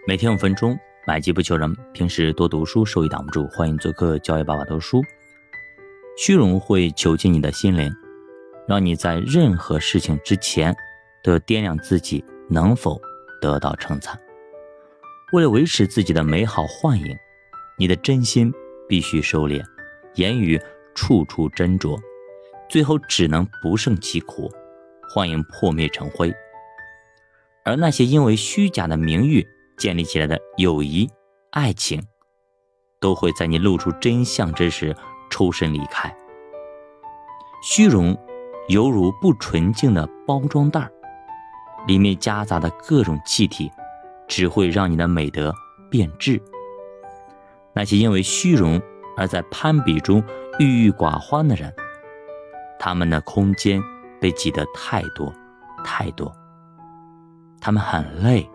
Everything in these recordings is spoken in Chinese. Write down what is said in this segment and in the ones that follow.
每天5分钟，买机不求人。平时多读书，收益挡不住。欢迎做客教育爸爸读书。虚荣会囚禁你的心灵，让你在任何事情之前都要掂量自己能否得到称赞。为了维持自己的美好幻影，你的真心必须收敛，言语处处斟酌，最后只能不胜其苦，幻影破灭成灰。而那些因为虚假的名誉建立起来的友谊、爱情，都会在你露出真相之时抽身离开。虚荣犹如不纯净的包装袋，里面夹杂的各种气体，只会让你的美德变质。那些因为虚荣而在攀比中郁郁寡欢的人，他们的空间被挤得太多太多，他们很累，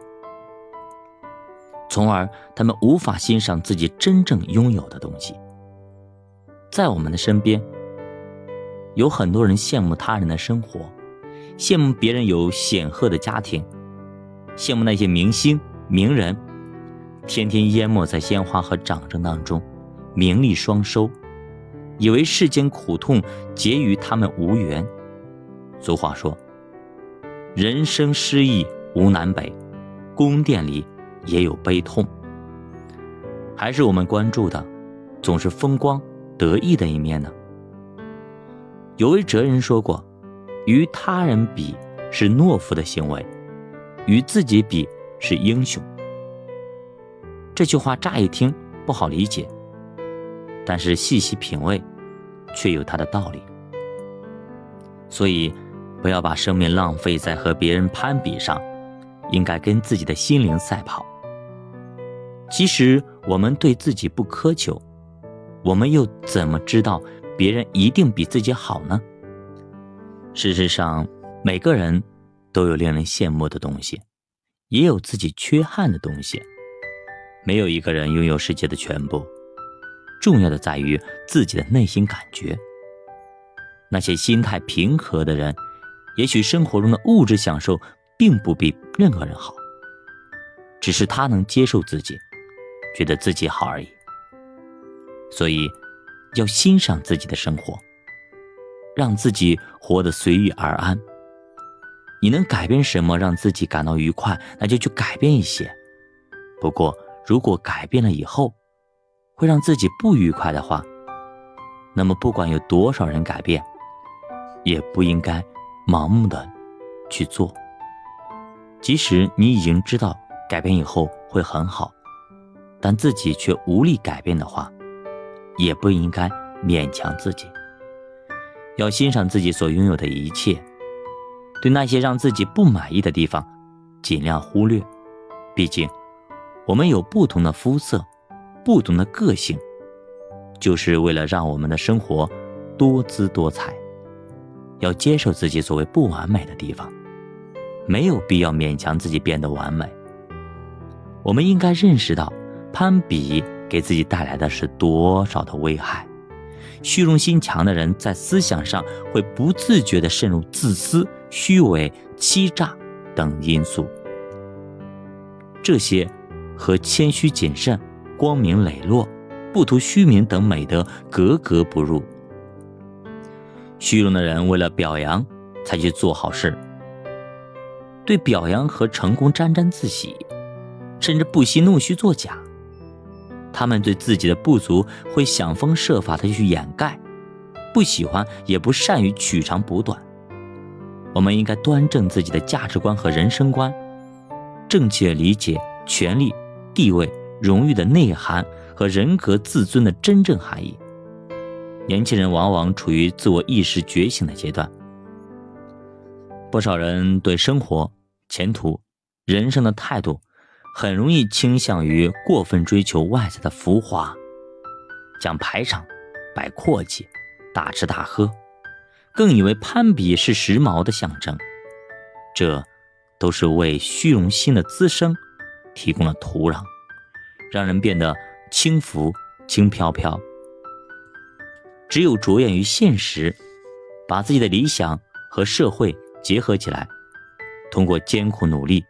从而他们无法欣赏自己真正拥有的东西。在我们的身边，有很多人羡慕他人的生活，羡慕别人有显赫的家庭，羡慕那些明星名人天天淹没在鲜花和掌声当中，名利双收，以为世间苦痛结于他们无缘。俗话说，人生失意无南北，宫殿里也有悲痛。还是我们关注的总是风光得意的一面呢？有位哲人说过，与他人比是懦夫的行为，与自己比是英雄。这句话乍一听不好理解，但是细细品味却有它的道理。所以不要把生命浪费在和别人攀比上，应该跟自己的心灵赛跑。其实我们对自己不苛求，我们又怎么知道别人一定比自己好呢？事实上，每个人都有令人羡慕的东西，也有自己缺憾的东西。没有一个人拥有世界的全部，重要的在于自己的内心感觉。那些心态平和的人，也许生活中的物质享受并不比任何人好，只是他能接受自己，觉得自己好而已。所以要欣赏自己的生活，让自己活得随遇而安。你能改变什么让自己感到愉快，那就去改变一些。不过如果改变了以后会让自己不愉快的话，那么不管有多少人改变，也不应该盲目的去做。即使你已经知道改变以后会很好，但自己却无力改变的话，也不应该勉强自己。要欣赏自己所拥有的一切，对那些让自己不满意的地方尽量忽略。毕竟我们有不同的肤色，不同的个性，就是为了让我们的生活多姿多彩。要接受自己所谓不完美的地方，没有必要勉强自己变得完美。我们应该认识到攀比给自己带来的是多少的危害。虚荣心强的人在思想上会不自觉地渗入自私、虚伪、欺诈等因素，这些和谦虚谨慎、光明磊落、不图虚名等美德格格不入。虚荣的人为了表扬才去做好事，对表扬和成功沾沾自喜，甚至不惜弄虚作假。他们对自己的不足会想方设法的去掩盖，不喜欢也不善于取长补短。我们应该端正自己的价值观和人生观，正确理解权力、地位、荣誉的内涵和人格自尊的真正含义。年轻人往往处于自我意识觉醒的阶段，不少人对生活、前途、人生的态度很容易倾向于过分追求外在的浮华，讲排场、摆阔气、大吃大喝，更以为攀比是时髦的象征。这都是为虚荣心的滋生提供了土壤，让人变得轻浮、轻飘飘。只有着眼于现实，把自己的理想和社会结合起来，通过艰苦努力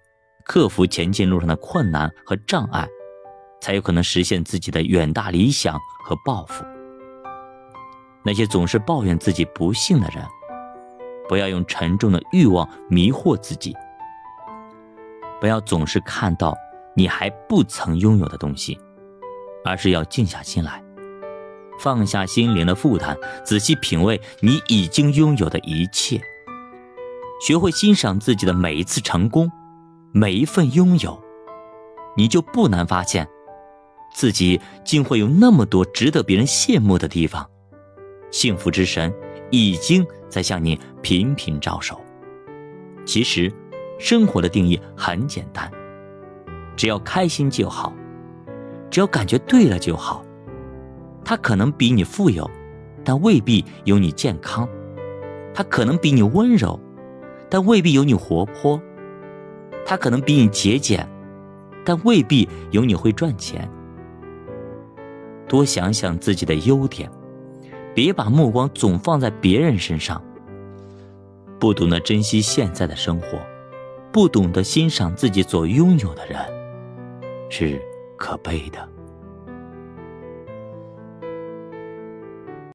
克服前进路上的困难和障碍，才有可能实现自己的远大理想和抱负。那些总是抱怨自己不幸的人，不要用沉重的欲望迷惑自己，不要总是看到你还不曾拥有的东西，而是要静下心来，放下心灵的负担，仔细品味你已经拥有的一切，学会欣赏自己的每一次成功，每一份拥有，你就不难发现自己竟会有那么多值得别人羡慕的地方。幸福之神已经在向你频频招手。其实生活的定义很简单，只要开心就好，只要感觉对了就好。它可能比你富有，但未必有你健康；它可能比你温柔，但未必有你活泼；它可能比你节俭，但未必有你会赚钱。多想想自己的优点，别把目光总放在别人身上。不懂得珍惜现在的生活，不懂得欣赏自己所拥有的人，是可悲的。